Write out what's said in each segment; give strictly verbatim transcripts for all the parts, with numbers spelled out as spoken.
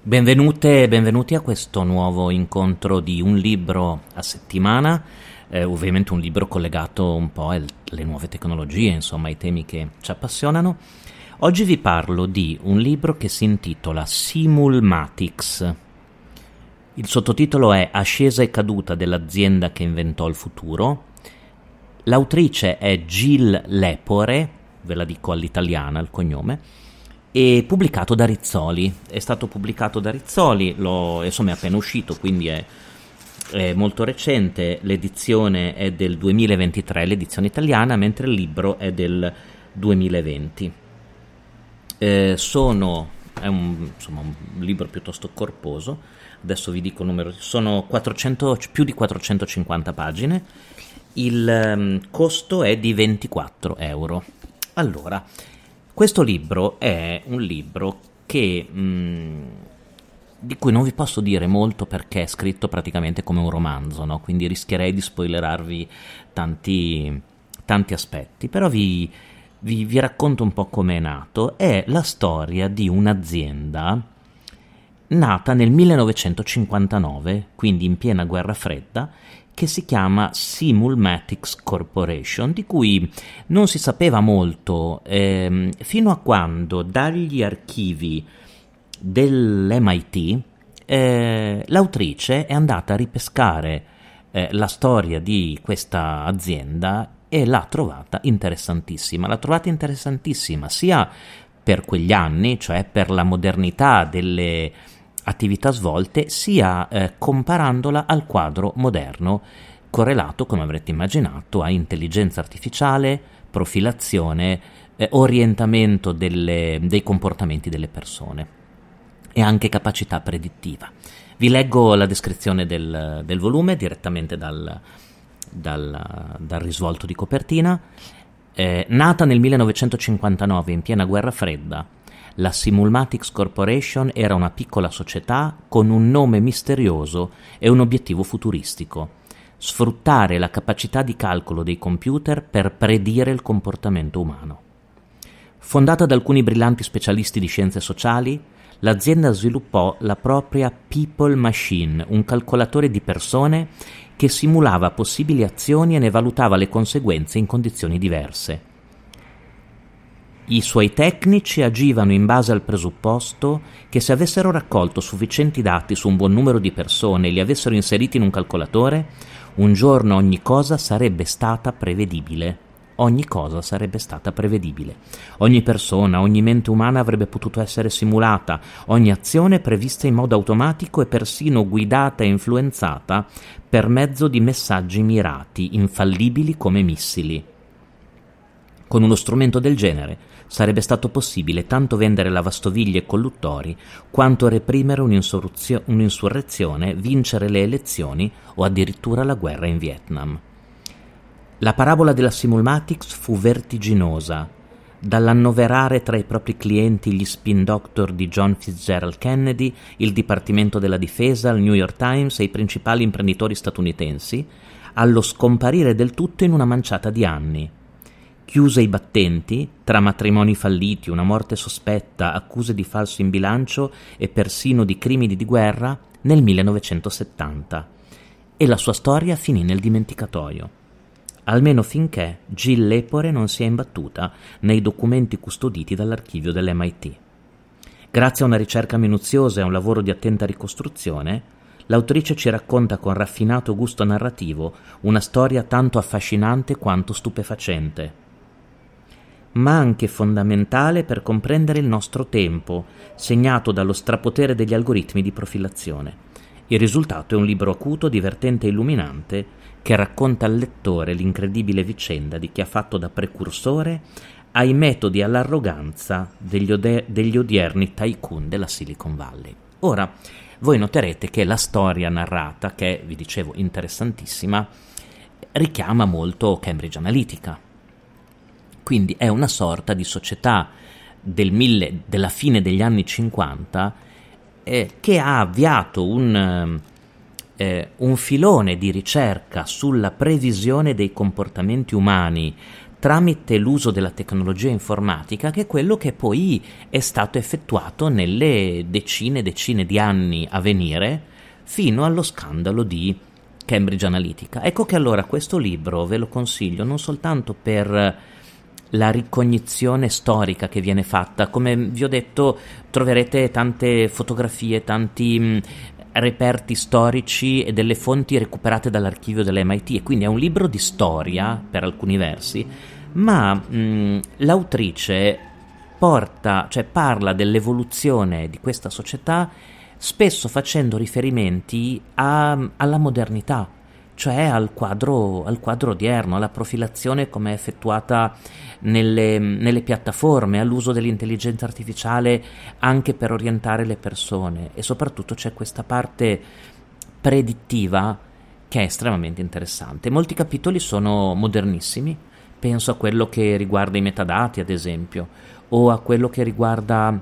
Benvenute e benvenuti a questo nuovo incontro di un libro a settimana, eh, ovviamente un libro collegato un po' alle nuove tecnologie, insomma ai temi che ci appassionano. Oggi vi parlo di un libro che si intitola Simulmatics. Il sottotitolo è Ascesa e caduta dell'azienda che inventò il futuro. L'autrice è Jill Lepore, ve la dico all'italiana il cognome, e pubblicato da Rizzoli. È stato pubblicato da Rizzoli, lo, insomma è appena uscito, quindi è, è molto recente. L'edizione è del duemilaventitré, l'edizione italiana, mentre il libro è del duemilaventi. Eh, sono è un, insomma, un libro piuttosto corposo. Adesso vi dico il numero, sono quattrocento, più di quattrocentocinquanta pagine. Il um, costo è di ventiquattro euro. Allora, questo libro è un libro che mh, di cui non vi posso dire molto perché è scritto praticamente come un romanzo, no? Quindi rischierei di spoilerarvi tanti, tanti aspetti, però vi, vi, vi racconto un po' come è nato. È la storia di un'azienda nata nel millenovecentocinquantanove, quindi in piena guerra fredda, che si chiama Simulmatics Corporation, di cui non si sapeva molto ehm, fino a quando dagli archivi dell'M I T eh, l'autrice è andata a ripescare eh, la storia di questa azienda e l'ha trovata interessantissima. L'ha trovata interessantissima sia per quegli anni, cioè per la modernità delle attività svolte, sia eh, comparandola al quadro moderno correlato, come avrete immaginato, a intelligenza artificiale, profilazione, eh, orientamento delle, dei comportamenti delle persone e anche capacità predittiva. Vi leggo la descrizione del, del volume direttamente dal, dal, dal risvolto di copertina. Eh, nata nel millenovecentocinquantanove in piena guerra fredda, la Simulmatics Corporation era una piccola società con un nome misterioso e un obiettivo futuristico: sfruttare la capacità di calcolo dei computer per predire il comportamento umano. Fondata da alcuni brillanti specialisti di scienze sociali, l'azienda sviluppò la propria People Machine, un calcolatore di persone che simulava possibili azioni e ne valutava le conseguenze in condizioni diverse. I suoi tecnici agivano in base al presupposto che se avessero raccolto sufficienti dati su un buon numero di persone e li avessero inseriti in un calcolatore, un giorno ogni cosa sarebbe stata prevedibile. Ogni cosa sarebbe stata prevedibile. Ogni persona, ogni mente umana avrebbe potuto essere simulata, ogni azione prevista in modo automatico e persino guidata e influenzata per mezzo di messaggi mirati, infallibili come missili. Con uno strumento del genere sarebbe stato possibile tanto vendere lavastoviglie e colluttori, quanto reprimere un'insurrezione, vincere le elezioni o addirittura la guerra in Vietnam. La parabola della Simulmatics fu vertiginosa, dall'annoverare tra i propri clienti gli spin doctor di John Fitzgerald Kennedy, il Dipartimento della Difesa, il New York Times e i principali imprenditori statunitensi, allo scomparire del tutto in una manciata di anni. Chiuse i battenti, tra matrimoni falliti, una morte sospetta, accuse di falso in bilancio e persino di crimini di guerra, nel millenovecentosettanta. E la sua storia finì nel dimenticatoio. Almeno finché Jill Lepore non si è imbattuta nei documenti custoditi dall'archivio dell'M I T. Grazie a una ricerca minuziosa e a un lavoro di attenta ricostruzione, l'autrice ci racconta con raffinato gusto narrativo una storia tanto affascinante quanto stupefacente, ma anche fondamentale per comprendere il nostro tempo, segnato dallo strapotere degli algoritmi di profilazione. Il risultato è un libro acuto, divertente e illuminante che racconta al lettore l'incredibile vicenda di chi ha fatto da precursore ai metodi e all'arroganza degli, ode- degli odierni tycoon della Silicon Valley. Ora, voi noterete che la storia narrata, che vi dicevo interessantissima, richiama molto Cambridge Analytica. Quindi è una sorta di società del mille, della fine degli anni cinquanta eh, che ha avviato un, eh, un filone di ricerca sulla previsione dei comportamenti umani tramite l'uso della tecnologia informatica, che è quello che poi è stato effettuato nelle decine e decine di anni a venire, fino allo scandalo di Cambridge Analytica. Ecco che allora questo libro ve lo consiglio non soltanto per la ricognizione storica che viene fatta, come vi ho detto troverete tante fotografie, tanti mh, reperti storici e delle fonti recuperate dall'archivio dell'M I T, e quindi è un libro di storia per alcuni versi, ma mh, l'autrice porta, cioè parla dell'evoluzione di questa società spesso facendo riferimenti a, alla modernità, cioè al quadro, al quadro odierno, alla profilazione come è effettuata nelle, nelle piattaforme, all'uso dell'intelligenza artificiale anche per orientare le persone, e soprattutto c'è questa parte predittiva che è estremamente interessante. Molti capitoli sono modernissimi, penso a quello che riguarda i metadati ad esempio, o a quello che riguarda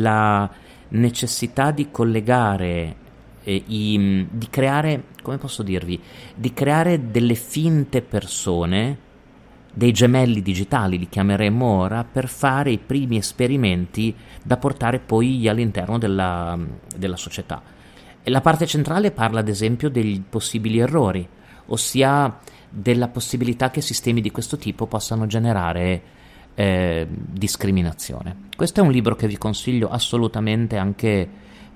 la necessità di collegare eh, i, di creare, come posso dirvi, di creare delle finte persone, dei gemelli digitali li chiameremmo ora, per fare i primi esperimenti da portare poi all'interno della, della società. E la parte centrale parla ad esempio dei possibili errori, ossia della possibilità che sistemi di questo tipo possano generare eh, discriminazione. Questo è un libro che vi consiglio assolutamente anche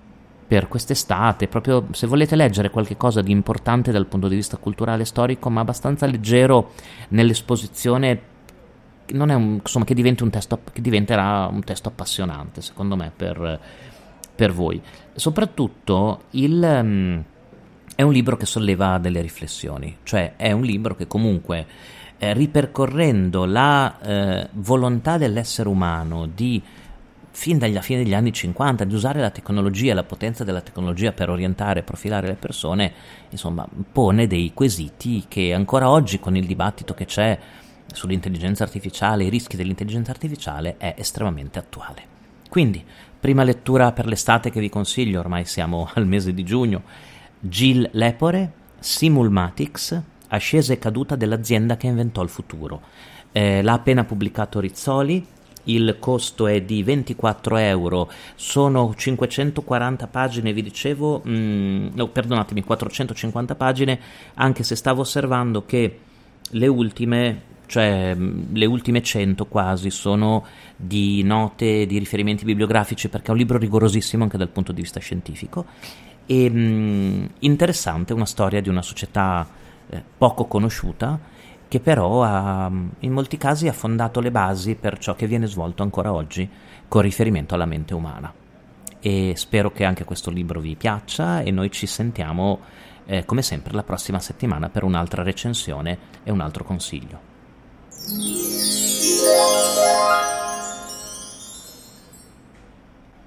per quest'estate, proprio se volete leggere qualche cosa di importante dal punto di vista culturale e storico, ma abbastanza leggero nell'esposizione, non è un, insomma, che diventi un testo, che diventerà un testo appassionante secondo me per, per voi. Soprattutto il um, è un libro che solleva delle riflessioni, cioè è un libro che comunque eh, ripercorrendo la eh, volontà dell'essere umano di fin dalla fine degli anni cinquanta di usare la tecnologia, la potenza della tecnologia per orientare e profilare le persone, insomma pone dei quesiti che ancora oggi, con il dibattito che c'è sull'intelligenza artificiale, i rischi dell'intelligenza artificiale, è estremamente attuale. Quindi, prima lettura per l'estate che vi consiglio, ormai siamo al mese di giugno, Gilles Lepore, Simulmatics, ascesa e caduta dell'azienda che inventò il futuro. Eh, l'ha appena pubblicato Rizzoli, il costo è di ventiquattro euro, sono cinquecentoquaranta pagine, vi dicevo, mh, no, perdonatemi, quattrocentocinquanta pagine, anche se stavo osservando che le ultime, cioè le ultime cento quasi, sono di note, di riferimenti bibliografici, perché è un libro rigorosissimo anche dal punto di vista scientifico, e mh, interessante, una storia di una società eh, poco conosciuta, che però ha, in molti casi ha fondato le basi per ciò che viene svolto ancora oggi con riferimento alla mente umana. E spero che anche questo libro vi piaccia, e noi ci sentiamo eh, come sempre la prossima settimana per un'altra recensione e un altro consiglio.